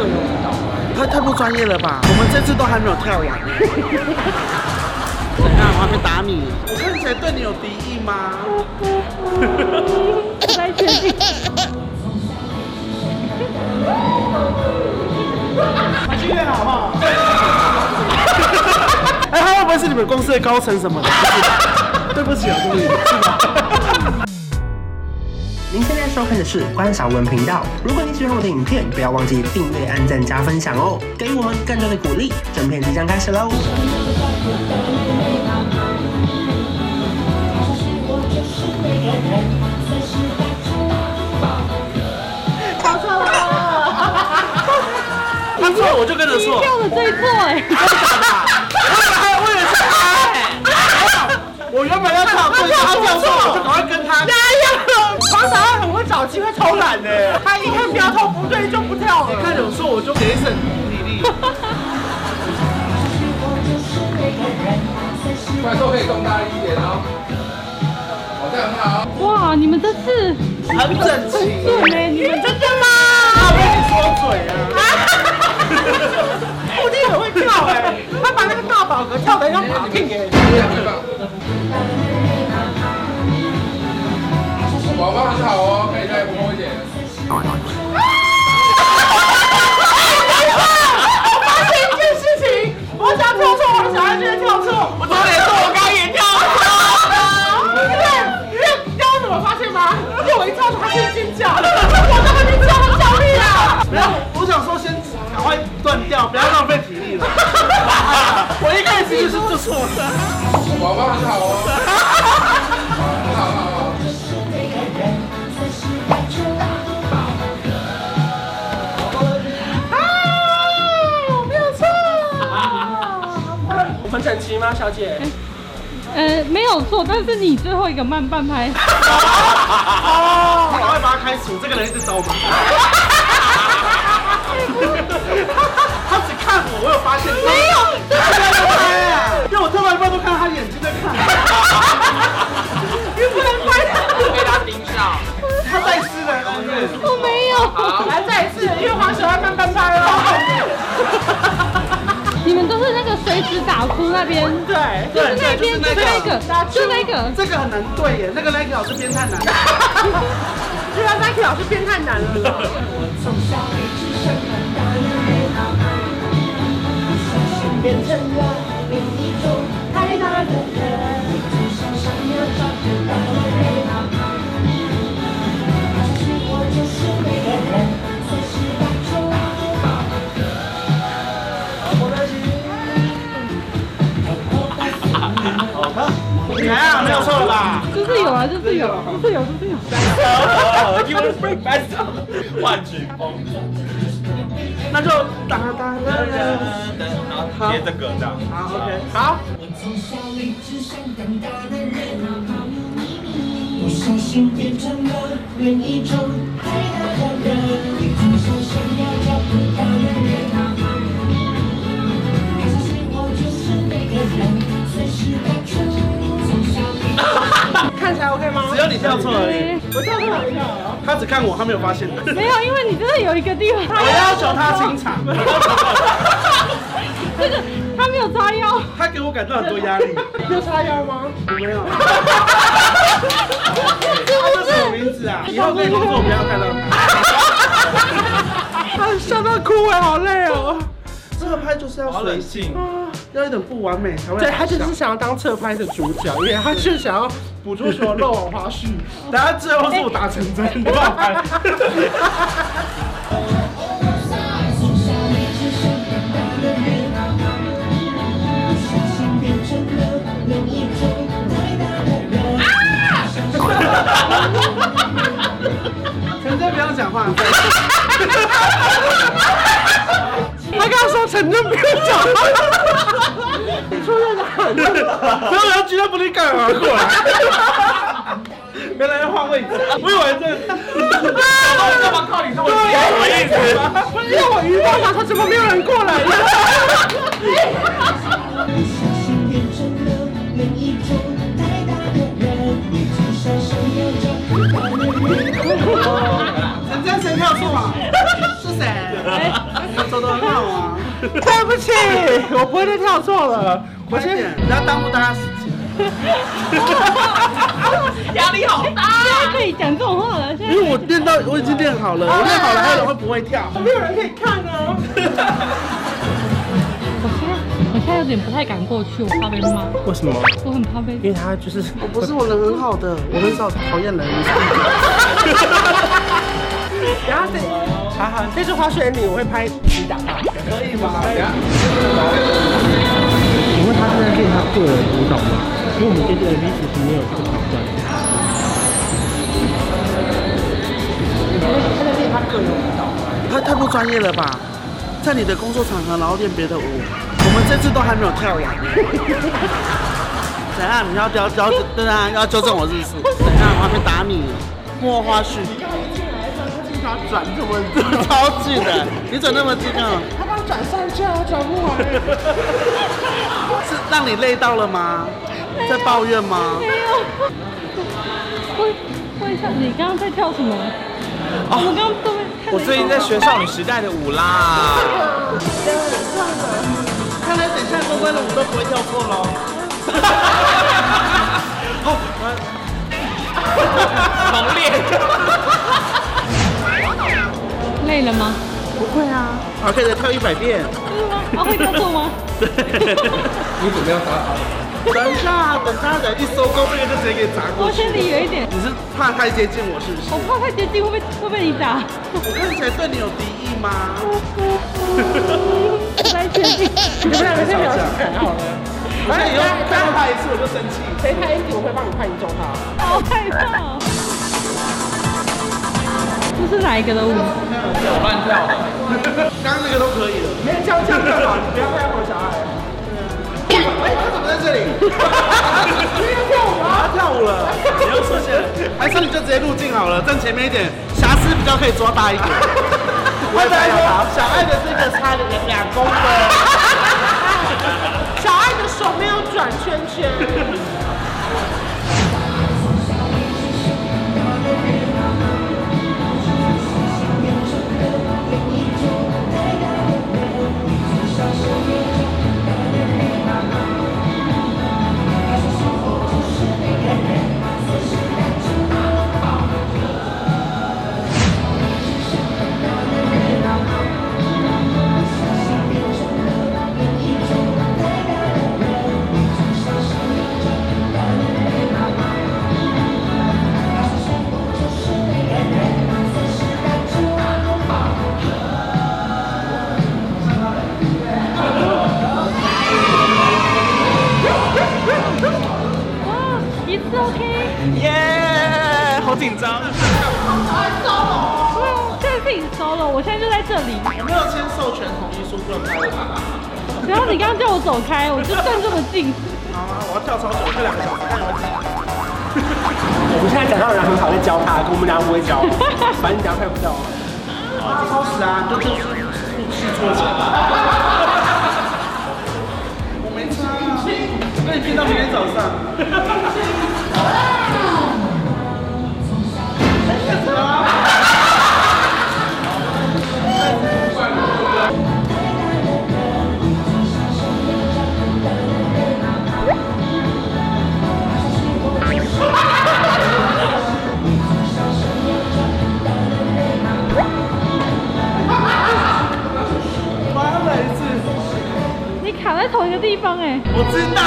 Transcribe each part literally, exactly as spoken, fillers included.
个有知道。 太太不专业了吧？我们这次都还没有跳完。怎样？我还没打你？我看起来对你有敌意吗？ 不太确定。 把心练好不好？哎，他会不会是你们公司的高层什么的？对不起啊，对不起，是吗？ 您现在收看的是关少文频道。如果你喜欢我的影片，不要忘记订阅、按赞、加分享哦，给予我们更多的鼓励。整片即将开始喽！ 搞错了， 他错我就跟着错。 跳的最错哎！ 真的假的？还有我以为是他哎！我原本要跳对的，他跳错，我就赶快跟他。 哪有？黄小爱很会找机会偷懒的，他一看苗头不对就不跳了。 你看有错我就节省体力。 怪兽可以动大力一点哦。好，这样很好。 哇，你们这次很整齐。 对呢，你们真的吗？ 他被你说嘴啊！ 布丁很会跳哎，他把那个大宝格跳得像马丁哎。 宝宝很好哦，可以再活泼一点。 我发现一件事情，我只要跳错，我小孩就会跳错。我昨天说，我刚刚也跳错。因为因为你知道怎么发现吗？因为我一跳错，他先尖叫，我在那边叫很焦虑啊。 没有，我想说先赶快断掉，不要浪费体力了。我一开始就是做错了。 宝宝很好哦。很好，很好。 很整齐吗，小姐？ 呃，没有错，但是你最后一个慢半拍。 哦，赶快把他开除，这个人一直找我们。他只看我，我有发现。 没有， 这个拍啊！因为我跳完一半都看到他眼睛在看。 你不能拍他， 被他盯上。 他带湿的， 我没有。 好，来再一次，因为黄小爱慢半拍哦。 你们都是那个随时打出那边， 对就是那边，就是那个，就那个， 这个很难对耶，那个 Nike 老师编太难。 对啊 ，Nike 老师编太难了。变成了另一种太大的人，就像想要找不到的人。我就是那个人，随时打出你来啊，没有错了吧？ 就是有啊，就是有，就是有，就是有。 You wanna break myself？ 万曲风。 那就哒哒哒哒， 好，接这个这样。 好 ，OK， 好。不小心变成了另一种太大的人，总是想要找不到的人。相信我就是那个人，随时打出。看起来 OK 吗？ 只有你跳错而已。 我跳错哪里跳了？ 他只看我，他没有发现。 没有，因为你真的有一个地方， 我要求他清场。 这个他没有叉腰， 他给我感到很多压力。 有叉腰吗？ 我没有。他是什么名字啊？以后可以工作，不要看到他。 他笑到哭哎，好累哦。 侧拍就是要随性，要一点不完美才会。 对，他就是想要当侧拍的主角，因为他就想要捕捉所有漏网花絮。 等下最后是我打成真，你帮我拍。陈真不要讲话。 他刚刚说陈真不要讲话。你出现哪里？ 没有人居然不能干嘛过来？原来要换位置，我以为这。干嘛靠你这么近？什么意思？ 不是因为我余光想说怎么没有人过来呢？ 陈真谁跳错啊？是谁？ 对不起，我不会再跳错了。我先， 不要耽误大家时间。 压力好大。 现在可以讲这种话了，现在因为我练到我已经练好了，我练好了，还有人会不会跳？ 没有人可以看啊。 我现在我现在有点不太敢过去，我怕被骂。 为什么？ 我很怕被。 因为他就是我不是我人很好的，我很少讨厌人。 然后这，好好，这次滑雪你我会拍你打他， 可以吗？ 请问他是在练他个人舞蹈吗？因为我们这次 M V 其实没有这个桥段。他在练他个人舞蹈。 他太不专业了吧？在你的工作场合，然后练别的舞，我们这次都还没有跳完。怎样？你要调调对啊？要纠正我是不是？怎样？我还没打你，幕后花絮。 他转这么超近的，你转那么近啊？ 他刚转上去啊，转不完。 是让你累到了吗？在抱怨吗？ 没有。问问一下，你刚刚在跳什么？我们刚刚都没看。 我最近在学少女时代的舞啦。 看来等一下乖乖的舞都不会跳错喽。 好，狂练。 累了吗？ 不会啊，好，可以再跳一百遍。 真的吗？啊，会跳错吗？ 对。你准备要砸好？等一下，等大家一收工，那个就直接给砸过去。 我先离远一点。 你是怕太接近我是不是？ 我怕太接近会被会被你打。 我看起来对你有敌意吗？ 不太确定。 你们两个先聊起来好了。 反正以后再拍一次我就生气。 谁拍一集我会帮你拍一周他。 好害怕哦。这是哪一个的舞？ 我乱跳的。 刚刚那个都可以了。 没有这样这样更好，你不要拍我小孩。 哎，他怎么在这里？ 你要跳舞吗？ 他跳舞了，你又出现了。还是你就直接入镜好了，站前面一点，瑕疵比较可以抓大一点。我本来说小爱的这个差两两公分。 小爱的手没有转圈圈。 好紧张。 对啊，现在是你收了，我现在就在这里。 我没有签授权同意书，不能拍了。 然后你刚刚叫我走开，我就站这么近。 好啊，我要跳超久，跳两个小时，看有没有机会。 我们现在讲到人很好，在教他，我们俩不会教，反正你等下拍不到。 啊，超时啊，就就是去错钱。我没差啊，我跟你拼到明天早上。 卡在同一个地方哎、欸， 我知道。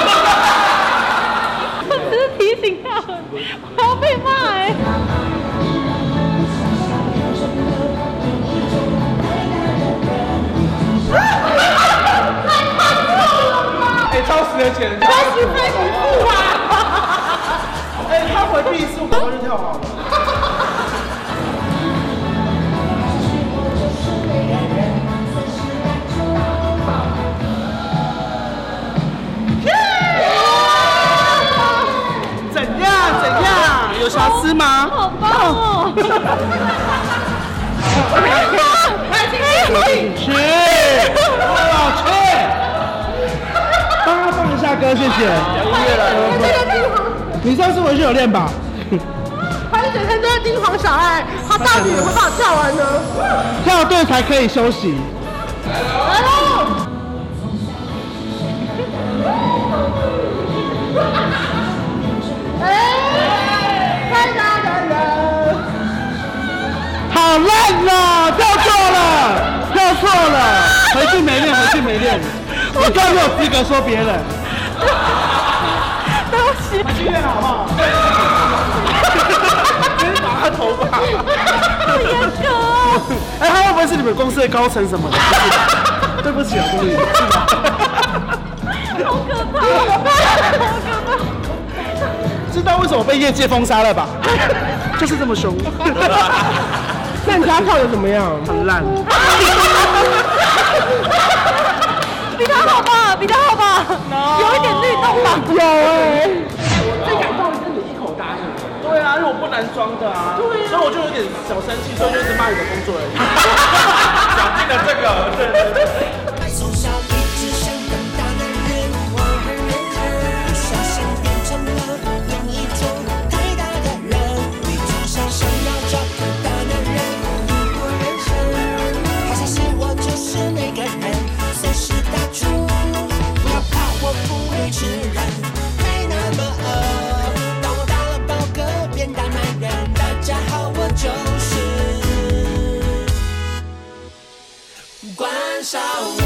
我只是提醒他，我要被骂哎、欸。 哎、欸，超时的钱， 超时费不付啊！ 哎、欸，他回避数，赶快就跳好了。有瑕疵吗？ 好棒哦！ 快进去，我去，帮他放一下歌，谢谢。有音乐了。你上次回去有练吧？ 他一整天都在盯黄小爱，他到底有没有办法跳完呢？ 跳对才可以休息。 来喽！ 错了，回去没练，回去没练，你更没有资格说别人。 对不起， 回去练好不好？直接打他头发。 好严格哦。 哎，他会不会是你们公司的高层什么的？对不起啊，终于是吗？ 好可怕，好可怕。 知道为什么被业界封杀了吧？就是这么凶。 那你家跳的怎么样？ 很烂。 比他好吧，比他好吧，有一点律动吧。 有哎。 最感动的是你一口答应。对啊，因为我不难装的啊。对、啊。所以我就有点小生气，所以就一直骂你的工作人员。 想进了这个，对对对。 从小一直想当大男人，我很认真，不小心变成了另一种太大的人。你从小想要找个大男人度过人生，好像是我就是那个人，随时打住，不要怕，我不会吃人，没那么饿。当我打了饱嗝变大男人，大家好，我就是关少文。